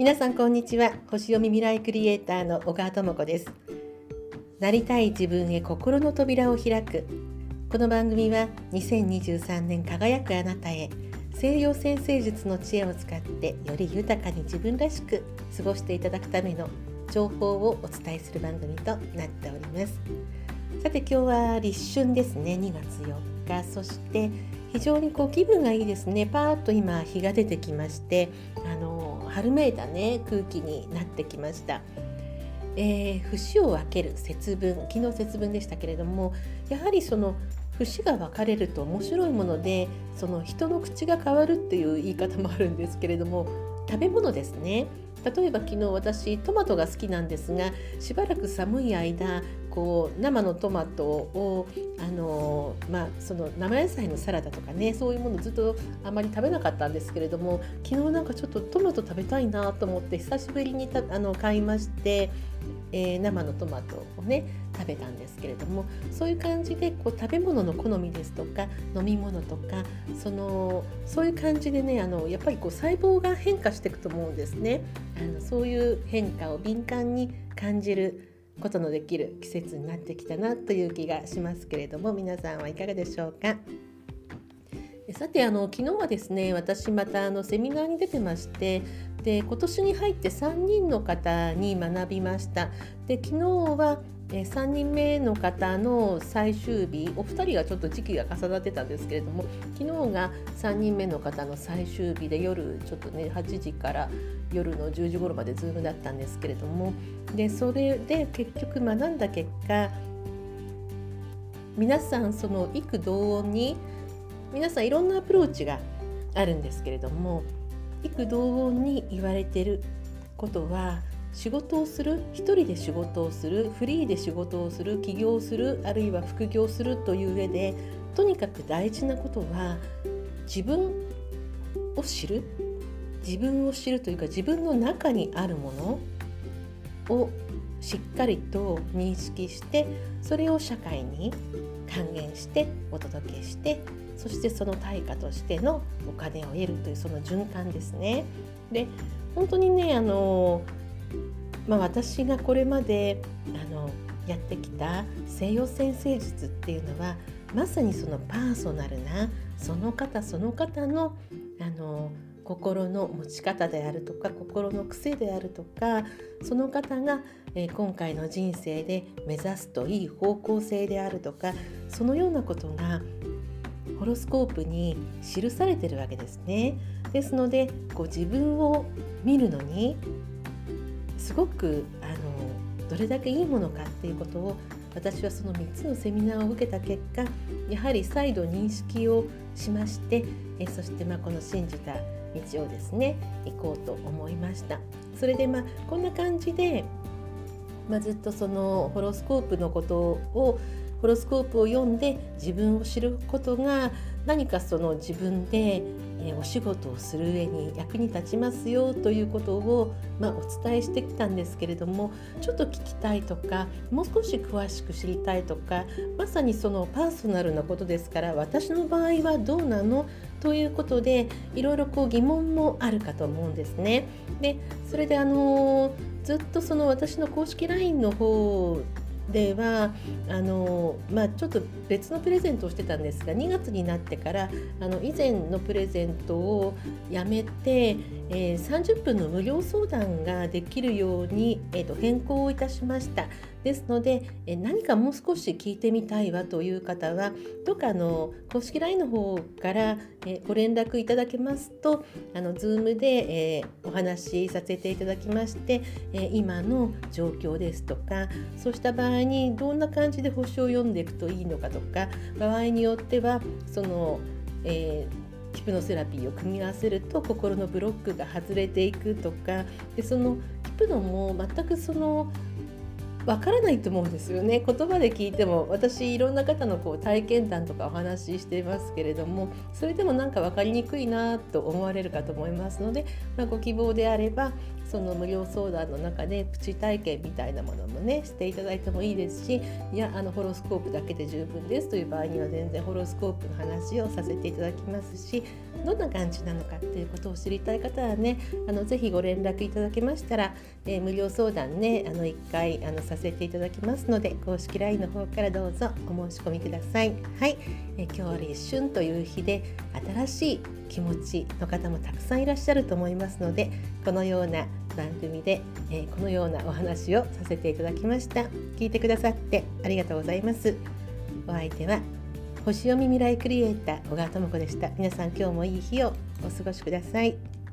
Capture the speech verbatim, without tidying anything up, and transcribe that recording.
皆さんこんにちは。星読み未来クリエイターの小川智子です。なりたい自分へ心の扉を開く。この番組はにせんにじゅうさんねん輝くあなたへ、西洋占星術の知恵を使ってより豊かに自分らしく過ごしていただくための情報をお伝えする番組となっております。さて今日は立春ですね。にがつよっか、そして非常にこう気分がいいですね。パーッと今日が出てきまして、あの春めいたね空気になってきました。えー、節を分ける節分、昨日節分でしたけれども、やはりその節が分かれると面白いもので、その人の口が変わるっていう言い方もあるんですけれども、食べ物ですね。例えば昨日私トマトが好きなんですが、しばらく寒い間こう生のトマトをあの、まあ、その生野菜のサラダとかね、そういうものずっとあまり食べなかったんですけれども、昨日なんかちょっとトマト食べたいなと思って久しぶりにたあの買いまして、えー、生のトマトをね食べたんですけれども、そういう感じでこう食べ物の好みですとか飲み物とか、そのそういう感じでね、あのやっぱりこう細胞が変化していくと思うんですね。あのそういう変化を敏感に感じることのできる季節になってきたなという気がしますけれども、皆さんはいかがでしょうか。さてあの昨日はですね、私またあのセミナーに出てまして、で今年に入ってさんにんの方に学びました。で昨日はえさんにんめの方の最終日、お二人がちょっと時期が重なってたんですけれども、昨日がさんにんめの方の最終日で、夜ちょっとねはちじから夜のじゅうじ頃までズームだったんですけれども、でそれで結局学んだ結果、皆さんその異口同音に、皆さんいろんなアプローチがあるんですけれども、異口同音に言われていることは、仕事をする、一人で仕事をする、フリーで仕事をする、起業する、あるいは副業するという上で、とにかく大事なことは自分を知る、自分を知るというか、自分の中にあるものをしっかりと認識して、それを社会に還元してお届けして、そしてその対価としてのお金を得るという、その循環ですね。で本当にね、あのまあ、私がこれまであのやってきた西洋占星術っていうのは、まさにそのパーソナルなその方その方のあの心の持ち方であるとか、心の癖であるとか、その方が、えー、今回の人生で目指すといい方向性であるとか、そのようなことがホロスコープに記されているわけですね。ですのでこう自分を見るのにすごくあのどれだけいいものかっていうことを、私はそのみっつのセミナーを受けた結果、やはり再度認識をしまして、えそしてまあこの信じた道をですね行こうと思いました。それでまあこんな感じで、まあ、ずっとそのホロスコープのことをホロスコープを読んで自分を知ることが、何かその自分でお仕事をする上に役に立ちますよということを、まあ、お伝えしてきたんですけれども、ちょっと聞きたいとか、もう少し詳しく知りたいとか、まさにそのパーソナルなことですから、私の場合はどうなのということで、いろいろこう疑問もあるかと思うんですね。でそれであのずっとその私の公式 ライン の方ではあの、まあ、ちょっと別のプレゼントをしてたんですが、にがつになってからあの以前のプレゼントをやめて、えー、さんじゅっぷんの無料相談ができるように、えーと、変更をいたしました。ですので、えー、何かもう少し聞いてみたいわという方は、どうかあの公式 ライン の方から、えー、ご連絡いただけますと、あの Zoom で、えー、お話しさせていただきまして、えー、今の状況ですとか、そうした場合にどんな感じで星を読んでいくといいのかとか、場合によってはその、えー、ヒプノセラピーを組み合わせると心のブロックが外れていくとかで、そのヒプノも全くそのわからないと思うんですよね。言葉で聞いても、私いろんな方のこう体験談とかお話ししていますけれども、それでもなんか分かりにくいなと思われるかと思いますので、まあ、ご希望であればその無料相談の中でプチ体験みたいなものもねしていただいてもいいですし、いやあのホロスコープだけで十分ですという場合には全然ホロスコープの話をさせていただきますし、どんな感じなのかっていうことを知りたい方はね、あのぜひご連絡いただけましたら、えー、無料相談ねあのいっかいあのさせていただきますので、公式 ライン の方からどうぞお申し込みください。はい、えー、今日は立春という日で新しい気持ちの方もたくさんいらっしゃると思いますので、このような番組で、えー、このようなお話をさせていただきました。聞いてくださってありがとうございます。お相手は星読み未来クリエイター小川智子でした。皆さん今日もいい日をお過ごしください。